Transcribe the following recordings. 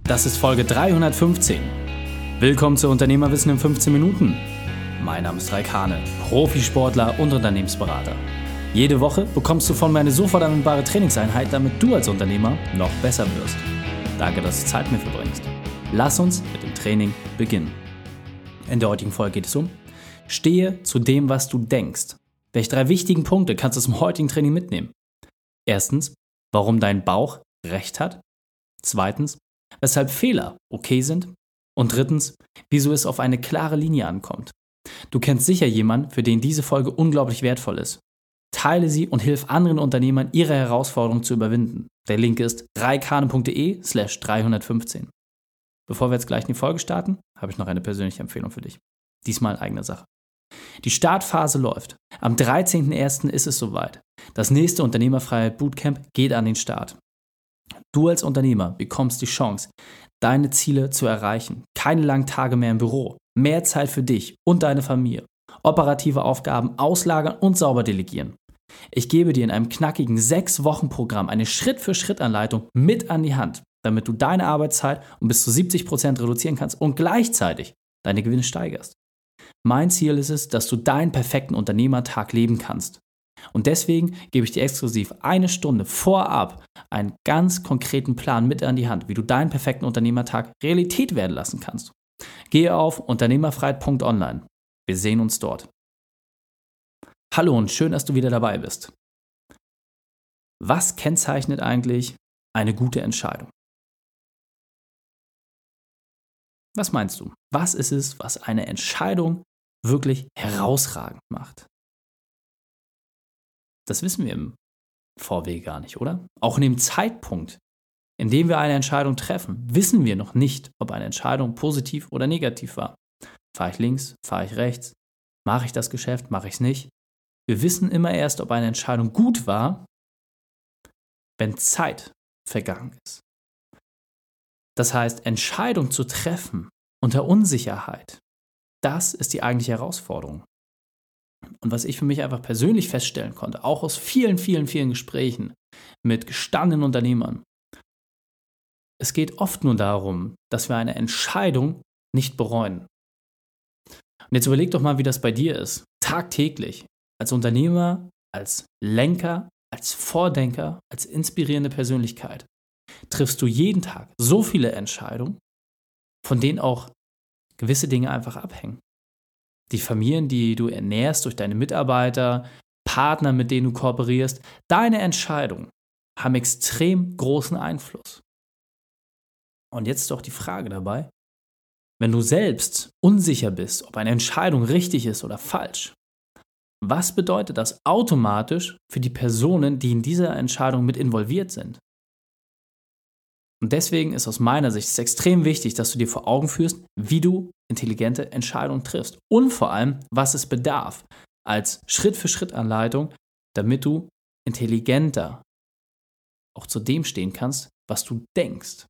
Das ist Folge 315. Willkommen zu Unternehmerwissen in 15 Minuten. Mein Name ist Raik Hane, Profisportler und Unternehmensberater. Jede Woche bekommst du von mir eine sofort anwendbare Trainingseinheit, damit du als Unternehmer noch besser wirst. Danke, dass du Zeit mit mir verbringst. Lass uns mit dem Training beginnen. In der heutigen Folge geht es um: Stehe zu dem, was du denkst. Welche 3 wichtigen Punkte kannst du zum heutigen Training mitnehmen? Erstens, warum dein Bauch recht hat. Zweitens, weshalb Fehler okay sind. Und drittens, wieso es auf eine klare Linie ankommt. Du kennst sicher jemanden, für den diese Folge unglaublich wertvoll ist. Teile sie und hilf anderen Unternehmern, ihre Herausforderungen zu überwinden. Der Link ist raikhane.de/315. Bevor wir jetzt gleich in die Folge starten, habe ich noch eine persönliche Empfehlung für dich. Diesmal in eigener Sache. Die Startphase läuft. Am 13.01. ist es soweit. Das nächste Unternehmerfreiheit Bootcamp geht an den Start. Du als Unternehmer bekommst die Chance, deine Ziele zu erreichen. Keine langen Tage mehr im Büro. Mehr Zeit für dich und deine Familie. Operative Aufgaben auslagern und sauber delegieren. Ich gebe dir in einem knackigen 6-Wochen-Programm eine Schritt-für-Schritt-Anleitung mit an die Hand, damit du deine Arbeitszeit um bis zu 70% reduzieren kannst und gleichzeitig deine Gewinne steigerst. Mein Ziel ist es, dass du deinen perfekten Unternehmertag leben kannst. Und deswegen gebe ich dir exklusiv 1 Stunde vorab einen ganz konkreten Plan mit an die Hand, wie du deinen perfekten Unternehmertag Realität werden lassen kannst. Gehe auf unternehmerfreiheit.online. Wir sehen uns dort. Hallo und schön, dass du wieder dabei bist. Was kennzeichnet eigentlich eine gute Entscheidung? Was meinst du? Was ist es, was eine Entscheidung wirklich herausragend macht? Das wissen wir im Vorwege gar nicht, oder? Auch in dem Zeitpunkt, in dem wir eine Entscheidung treffen, wissen wir noch nicht, ob eine Entscheidung positiv oder negativ war. Fahre ich links? Fahre ich rechts? Mache ich das Geschäft? Mache ich es nicht? Wir wissen immer erst, ob eine Entscheidung gut war, wenn Zeit vergangen ist. Das heißt, Entscheidung zu treffen unter Unsicherheit, das ist die eigentliche Herausforderung. Und was ich für mich einfach persönlich feststellen konnte, auch aus vielen Gesprächen mit gestandenen Unternehmern, es geht oft nur darum, dass wir eine Entscheidung nicht bereuen. Und jetzt überleg doch mal, wie das bei dir ist. Tagtäglich, als Unternehmer, als Lenker, als Vordenker, als inspirierende Persönlichkeit, triffst du jeden Tag so viele Entscheidungen, von denen auch gewisse Dinge einfach abhängen. Die Familien, die du ernährst durch deine Mitarbeiter, Partner, mit denen du kooperierst, deine Entscheidungen haben extrem großen Einfluss. Und jetzt ist doch die Frage dabei, wenn du selbst unsicher bist, ob eine Entscheidung richtig ist oder falsch, was bedeutet das automatisch für die Personen, die in dieser Entscheidung mit involviert sind? Und deswegen ist aus meiner Sicht es extrem wichtig, dass du dir vor Augen führst, wie du intelligente Entscheidungen triffst und vor allem, was es bedarf als Schritt-für-Schritt-Anleitung, damit du intelligenter auch zu dem stehen kannst, was du denkst.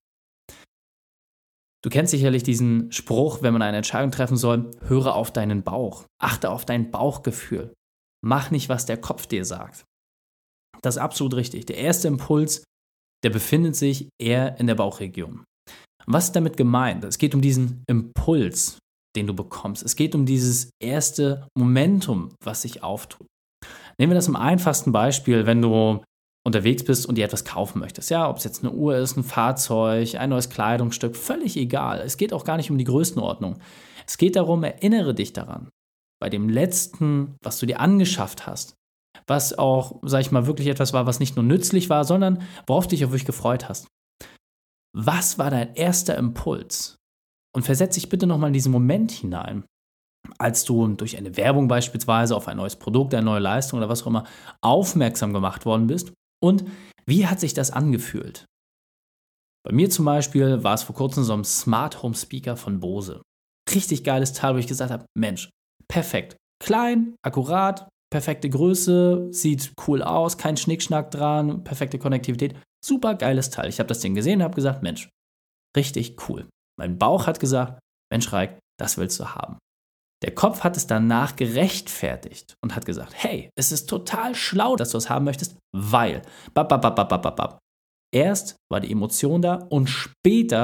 Du kennst sicherlich diesen Spruch, wenn man eine Entscheidung treffen soll: Höre auf deinen Bauch, achte auf dein Bauchgefühl, mach nicht, was der Kopf dir sagt. Das ist absolut richtig. Der erste Impuls, der befindet sich eher in der Bauchregion. Was ist damit gemeint? Es geht um diesen Impuls, den du bekommst. Es geht um dieses erste Momentum, was sich auftut. Nehmen wir das im einfachsten Beispiel, wenn du unterwegs bist und dir etwas kaufen möchtest. Ja, ob es jetzt eine Uhr ist, ein Fahrzeug, ein neues Kleidungsstück, völlig egal. Es geht auch gar nicht um die Größenordnung. Es geht darum, erinnere dich daran, bei dem letzten, was du dir angeschafft hast, was auch, sag ich mal, wirklich etwas war, was nicht nur nützlich war, sondern worauf du dich auch wirklich gefreut hast. Was war dein erster Impuls? Und versetz dich bitte nochmal in diesen Moment hinein, als du durch eine Werbung beispielsweise auf ein neues Produkt, eine neue Leistung oder was auch immer aufmerksam gemacht worden bist. Und wie hat sich das angefühlt? Bei mir zum Beispiel war es vor kurzem so ein Smart Home Speaker von Bose. Richtig geiles Teil, wo ich gesagt habe: Mensch, perfekt. Klein, akkurat, perfekte Größe, sieht cool aus, kein Schnickschnack dran, perfekte Konnektivität. Super geiles Teil. Ich habe das Ding gesehen und habe gesagt: Mensch, richtig cool. Mein Bauch hat gesagt: Mensch, Raik, das willst du haben. Der Kopf hat es danach gerechtfertigt und hat gesagt: Hey, es ist total schlau, dass du es haben möchtest, weil. Erst war die Emotion da und später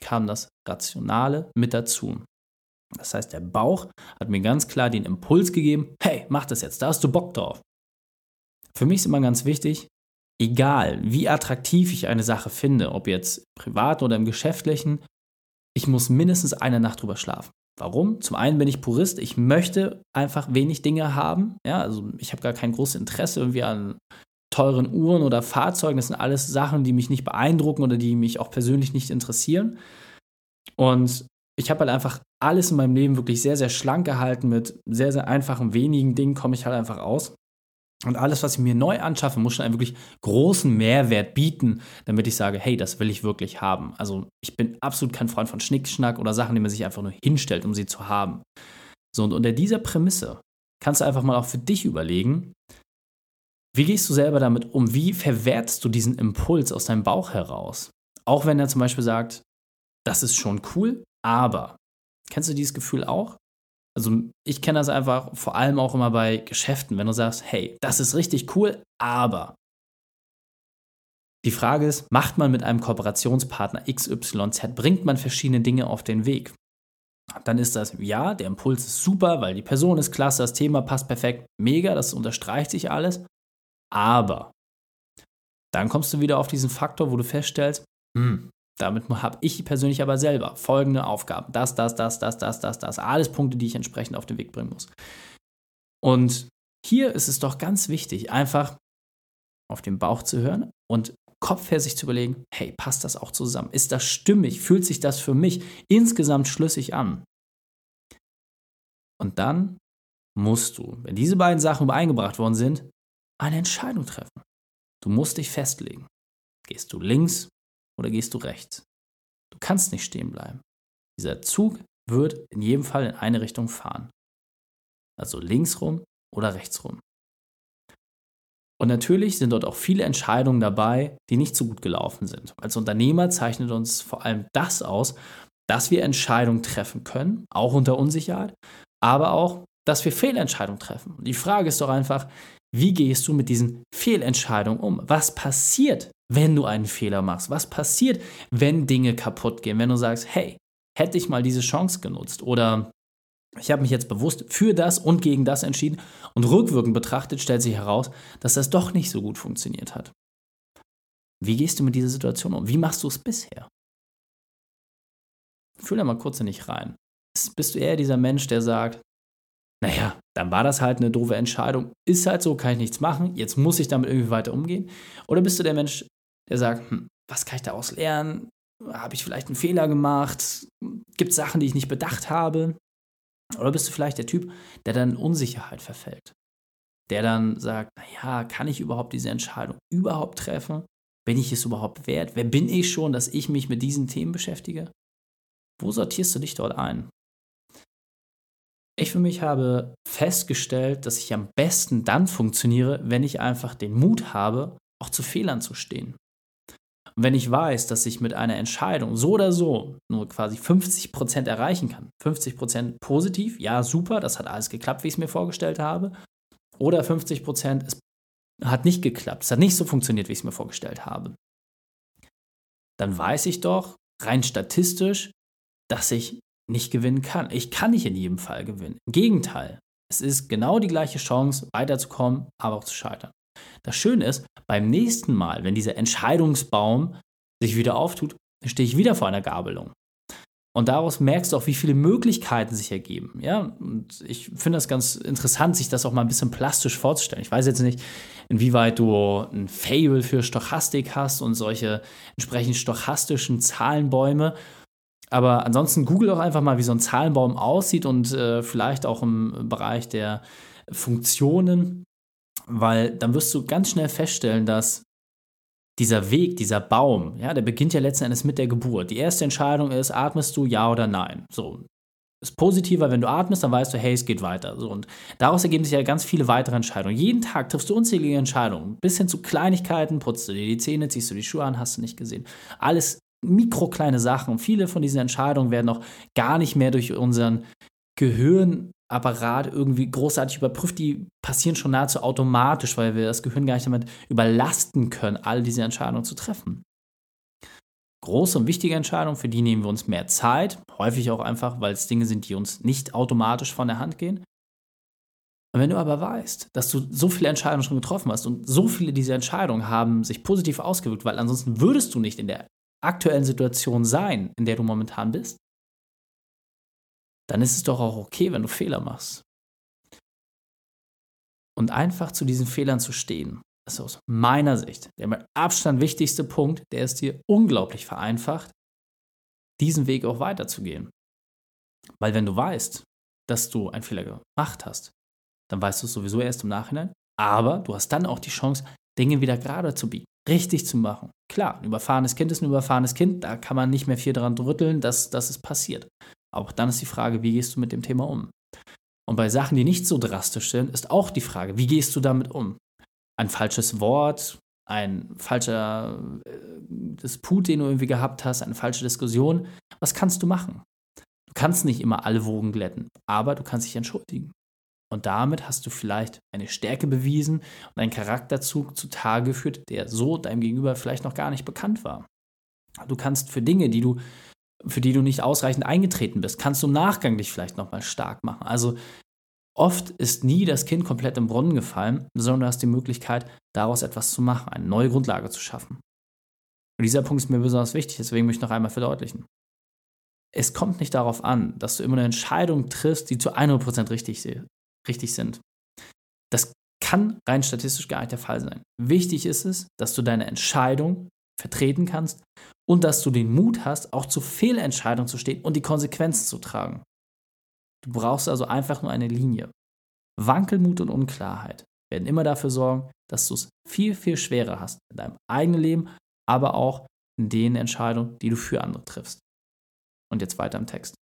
kam das Rationale mit dazu. Das heißt, der Bauch hat mir ganz klar den Impuls gegeben, hey, mach das jetzt, da hast du Bock drauf. Für mich ist immer ganz wichtig, egal wie attraktiv ich eine Sache finde, ob jetzt privat oder im Geschäftlichen, ich muss mindestens eine Nacht drüber schlafen. Warum? Zum einen bin ich Purist, ich möchte einfach wenig Dinge haben. Ja, also ich habe gar kein großes Interesse irgendwie an teuren Uhren oder Fahrzeugen. Das sind alles Sachen, die mich nicht beeindrucken oder die mich auch persönlich nicht interessieren. Und ich habe halt einfach alles in meinem Leben wirklich sehr, sehr schlank gehalten. Mit sehr, sehr einfachen, wenigen Dingen komme ich halt einfach aus. Und alles, was ich mir neu anschaffe, muss schon einen wirklich großen Mehrwert bieten, damit ich sage, hey, das will ich wirklich haben. Also ich bin absolut kein Freund von Schnickschnack oder Sachen, die man sich einfach nur hinstellt, um sie zu haben. So, und unter dieser Prämisse kannst du einfach mal auch für dich überlegen, wie gehst du selber damit um? Wie verwertest du diesen Impuls aus deinem Bauch heraus? Auch wenn er zum Beispiel sagt, das ist schon cool, aber kennst du dieses Gefühl auch? Also ich kenne das einfach vor allem auch immer bei Geschäften, wenn du sagst, hey, das ist richtig cool, aber die Frage ist, macht man mit einem Kooperationspartner XYZ, bringt man verschiedene Dinge auf den Weg? Dann ist das, ja, der Impuls ist super, weil die Person ist klasse, das Thema passt perfekt, mega, das unterstreicht sich alles, aber dann kommst du wieder auf diesen Faktor, wo du feststellst, damit habe ich persönlich aber selber folgende Aufgaben. Das. Alles Punkte, die ich entsprechend auf den Weg bringen muss. Und hier ist es doch ganz wichtig, einfach auf den Bauch zu hören und kopfher sich zu überlegen, hey, passt das auch zusammen? Ist das stimmig? Fühlt sich das für mich insgesamt schlüssig an? Und dann musst du, wenn diese beiden Sachen übereingebracht worden sind, eine Entscheidung treffen. Du musst dich festlegen. Gehst du links oder gehst du rechts? Du kannst nicht stehen bleiben. Dieser Zug wird in jedem Fall in eine Richtung fahren. Also links rum oder rechts rum. Und natürlich sind dort auch viele Entscheidungen dabei, die nicht so gut gelaufen sind. Als Unternehmer zeichnet uns vor allem das aus, dass wir Entscheidungen treffen können, auch unter Unsicherheit, aber auch, dass wir Fehlentscheidungen treffen. Und die Frage ist doch einfach, wie gehst du mit diesen Fehlentscheidungen um? Was passiert, wenn du einen Fehler machst? Was passiert, wenn Dinge kaputt gehen? Wenn du sagst, hey, hätte ich mal diese Chance genutzt oder ich habe mich jetzt bewusst für das und gegen das entschieden und rückwirkend betrachtet stellt sich heraus, dass das doch nicht so gut funktioniert hat. Wie gehst du mit dieser Situation um? Wie machst du es bisher? Fühl da mal kurz in dich rein. Bist du eher dieser Mensch, der sagt, naja, dann war das halt eine doofe Entscheidung, ist halt so, kann ich nichts machen, jetzt muss ich damit irgendwie weiter umgehen? Oder bist du der Mensch, der sagt, was kann ich daraus lernen? Habe ich vielleicht einen Fehler gemacht? Gibt es Sachen, die ich nicht bedacht habe? Oder bist du vielleicht der Typ, der dann in Unsicherheit verfällt? Der dann sagt, naja, kann ich überhaupt diese Entscheidung überhaupt treffen? Bin ich es überhaupt wert? Wer bin ich schon, dass ich mich mit diesen Themen beschäftige? Wo sortierst du dich dort ein? Ich für mich habe festgestellt, dass ich am besten dann funktioniere, wenn ich einfach den Mut habe, auch zu Fehlern zu stehen. Und wenn ich weiß, dass ich mit einer Entscheidung so oder so nur quasi 50% erreichen kann, 50% positiv, ja super, das hat alles geklappt, wie ich es mir vorgestellt habe, oder 50%, es hat nicht geklappt, es hat nicht so funktioniert, wie ich es mir vorgestellt habe, dann weiß ich doch rein statistisch, dass ich nicht gewinnen kann. Ich kann nicht in jedem Fall gewinnen. Im Gegenteil, es ist genau die gleiche Chance, weiterzukommen, aber auch zu scheitern. Das Schöne ist, beim nächsten Mal, wenn dieser Entscheidungsbaum sich wieder auftut, stehe ich wieder vor einer Gabelung. Und daraus merkst du auch, wie viele Möglichkeiten sich ergeben. Ja? Und ich finde das ganz interessant, sich das auch mal ein bisschen plastisch vorzustellen. Ich weiß jetzt nicht, inwieweit du ein Faible für Stochastik hast und solche entsprechend stochastischen Zahlenbäume. Aber ansonsten google doch einfach mal, wie so ein Zahlenbaum aussieht und vielleicht auch im Bereich der Funktionen, weil dann wirst du ganz schnell feststellen, dass dieser Weg, dieser Baum, ja, der beginnt ja letzten Endes mit der Geburt. Die erste Entscheidung ist, atmest du, ja oder nein? So, ist positiver, wenn du atmest, dann weißt du, hey, es geht weiter. So, und daraus ergeben sich ja ganz viele weitere Entscheidungen. Jeden Tag triffst du unzählige Entscheidungen, bis hin zu Kleinigkeiten, putzt du dir die Zähne, ziehst du die Schuhe an, hast du nicht gesehen. Alles mikrokleine Sachen. Und viele von diesen Entscheidungen werden auch gar nicht mehr durch unseren Gehirnapparat irgendwie großartig überprüft. Die passieren schon nahezu automatisch, weil wir das Gehirn gar nicht damit überlasten können, all diese Entscheidungen zu treffen. Große und wichtige Entscheidungen, für die nehmen wir uns mehr Zeit, häufig auch einfach, weil es Dinge sind, die uns nicht automatisch von der Hand gehen. Und wenn du aber weißt, dass du so viele Entscheidungen schon getroffen hast und so viele dieser Entscheidungen haben sich positiv ausgewirkt, weil ansonsten würdest du nicht in der aktuellen Situation sein, in der du momentan bist, dann ist es doch auch okay, wenn du Fehler machst. Und einfach zu diesen Fehlern zu stehen, ist aus meiner Sicht der mit Abstand wichtigste Punkt, der es dir unglaublich vereinfacht, diesen Weg auch weiterzugehen. Weil wenn du weißt, dass du einen Fehler gemacht hast, dann weißt du es sowieso erst im Nachhinein, aber du hast dann auch die Chance, Dinge wieder gerade zu biegen, richtig zu machen. Klar, ein überfahrenes Kind ist ein überfahrenes Kind, da kann man nicht mehr viel dran rütteln, dass es passiert. Auch dann ist die Frage, wie gehst du mit dem Thema um? Und bei Sachen, die nicht so drastisch sind, ist auch die Frage, wie gehst du damit um? Ein falsches Wort, ein falscher Disput, den du irgendwie gehabt hast, eine falsche Diskussion, was kannst du machen? Du kannst nicht immer alle Wogen glätten, aber du kannst dich entschuldigen. Und damit hast du vielleicht eine Stärke bewiesen und einen Charakterzug zutage geführt, der so deinem Gegenüber vielleicht noch gar nicht bekannt war. Du kannst für Dinge, für die du nicht ausreichend eingetreten bist, kannst du im Nachgang dich vielleicht nochmal stark machen. Also oft ist nie das Kind komplett im Brunnen gefallen, sondern du hast die Möglichkeit, daraus etwas zu machen, eine neue Grundlage zu schaffen. Und dieser Punkt ist mir besonders wichtig, deswegen möchte ich noch einmal verdeutlichen. Es kommt nicht darauf an, dass du immer eine Entscheidung triffst, die zu 100% richtig sind. Das kann rein statistisch gar nicht der Fall sein. Wichtig ist es, dass du deine Entscheidung vertreten kannst und dass du den Mut hast, auch zu Fehlentscheidungen zu stehen und die Konsequenzen zu tragen. Du brauchst also einfach nur eine Linie. Wankelmut und Unklarheit werden immer dafür sorgen, dass du es viel, viel schwerer hast in deinem eigenen Leben, aber auch in den Entscheidungen, die du für andere triffst. Und jetzt weiter im Text.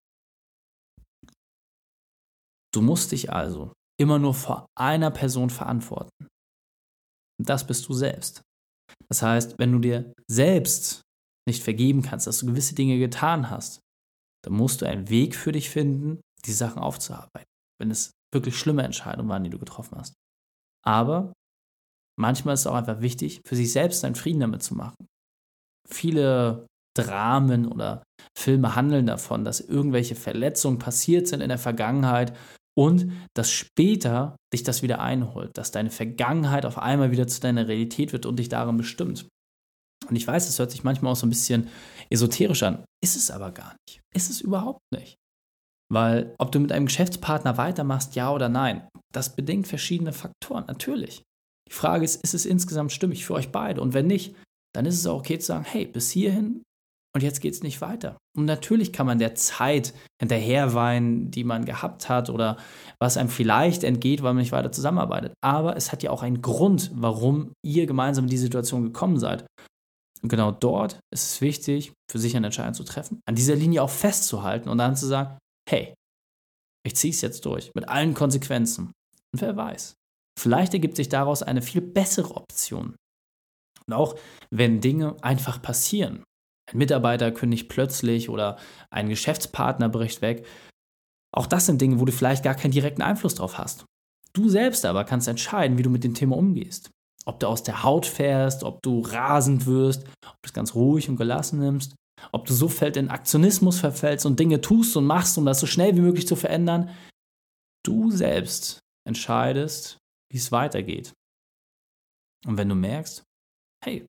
Du musst dich also immer nur vor einer Person verantworten. Und das bist du selbst. Das heißt, wenn du dir selbst nicht vergeben kannst, dass du gewisse Dinge getan hast, dann musst du einen Weg für dich finden, die Sachen aufzuarbeiten, wenn es wirklich schlimme Entscheidungen waren, die du getroffen hast. Aber manchmal ist es auch einfach wichtig, für sich selbst einen Frieden damit zu machen. Viele Dramen oder Filme handeln davon, dass irgendwelche Verletzungen passiert sind in der Vergangenheit und dass später dich das wieder einholt, dass deine Vergangenheit auf einmal wieder zu deiner Realität wird und dich darin bestimmt. Und ich weiß, es hört sich manchmal auch so ein bisschen esoterisch an, ist es aber gar nicht. Ist es überhaupt nicht. Weil ob du mit einem Geschäftspartner weitermachst, ja oder nein, das bedingt verschiedene Faktoren, natürlich. Die Frage ist es insgesamt stimmig für euch beide? Und wenn nicht, dann ist es auch okay zu sagen, hey, bis hierhin und jetzt geht es nicht weiter. Und natürlich kann man der Zeit hinterherweinen, die man gehabt hat oder was einem vielleicht entgeht, weil man nicht weiter zusammenarbeitet. Aber es hat ja auch einen Grund, warum ihr gemeinsam in die Situation gekommen seid. Und genau dort ist es wichtig, für sich eine Entscheidung zu treffen, an dieser Linie auch festzuhalten und dann zu sagen, hey, ich ziehe es jetzt durch, mit allen Konsequenzen. Und wer weiß, vielleicht ergibt sich daraus eine viel bessere Option. Und auch wenn Dinge einfach passieren, ein Mitarbeiter kündigt plötzlich oder ein Geschäftspartner bricht weg, auch das sind Dinge, wo du vielleicht gar keinen direkten Einfluss drauf hast. Du selbst aber kannst entscheiden, wie du mit dem Thema umgehst. Ob du aus der Haut fährst, ob du rasend wirst, ob du es ganz ruhig und gelassen nimmst, ob du so in Aktionismus verfällst und Dinge tust und machst, um das so schnell wie möglich zu verändern. Du selbst entscheidest, wie es weitergeht. Und wenn du merkst, hey,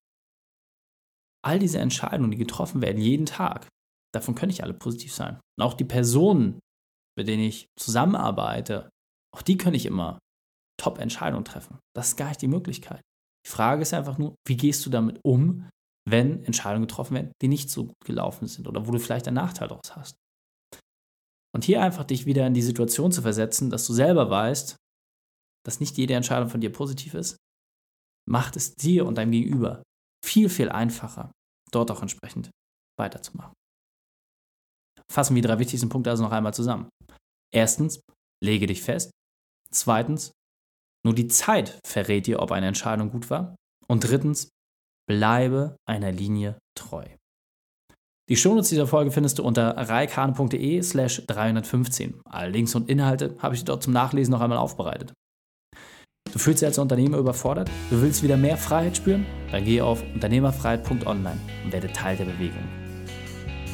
all diese Entscheidungen, die getroffen werden, jeden Tag, davon können nicht alle positiv sein. Und auch die Personen, mit denen ich zusammenarbeite, auch die können nicht immer Top-Entscheidungen treffen. Das ist gar nicht die Möglichkeit. Die Frage ist einfach nur, wie gehst du damit um, wenn Entscheidungen getroffen werden, die nicht so gut gelaufen sind oder wo du vielleicht einen Nachteil daraus hast. Und hier einfach dich wieder in die Situation zu versetzen, dass du selber weißt, dass nicht jede Entscheidung von dir positiv ist, macht es dir und deinem Gegenüber viel, viel einfacher, dort auch entsprechend weiterzumachen. Fassen wir die 3 wichtigsten Punkte also noch einmal zusammen. Erstens, lege dich fest. Zweitens, nur die Zeit verrät dir, ob eine Entscheidung gut war. Und drittens, bleibe einer Linie treu. Die Shownotes dieser Folge findest du unter reikane.de/315. Alle Links und Inhalte habe ich dir dort zum Nachlesen noch einmal aufbereitet. Du fühlst dich als Unternehmer überfordert? Du willst wieder mehr Freiheit spüren? Dann geh auf unternehmerfreiheit.online und werde Teil der Bewegung.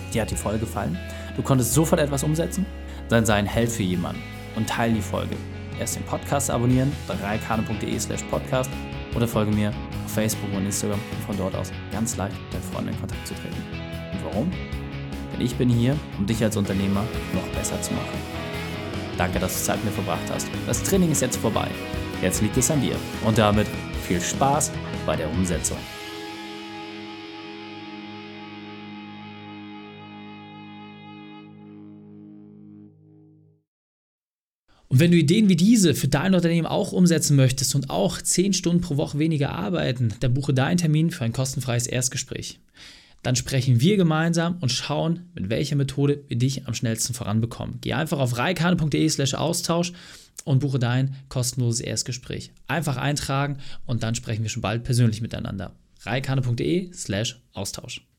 dir hat die Folge gefallen, du konntest sofort etwas umsetzen, dann sei ein Held für jemanden und teile die Folge. Erst den Podcast abonnieren, reikane.de/podcast oder folge mir auf Facebook und Instagram, um von dort aus ganz leicht mit deinen Freunden in Kontakt zu treten. Und warum? Denn ich bin hier, um dich als Unternehmer noch besser zu machen. Danke, dass du Zeit mit mir verbracht hast. Das Training ist jetzt vorbei. Jetzt liegt es an dir. Und damit viel Spaß bei der Umsetzung. Und wenn du Ideen wie diese für dein Unternehmen auch umsetzen möchtest und auch 10 Stunden pro Woche weniger arbeiten, dann buche deinen Termin für ein kostenfreies Erstgespräch. Dann sprechen wir gemeinsam und schauen, mit welcher Methode wir dich am schnellsten voranbekommen. Geh einfach auf reikane.de/Austausch und buche dein kostenloses Erstgespräch. Einfach eintragen und dann sprechen wir schon bald persönlich miteinander. reikane.de/Austausch.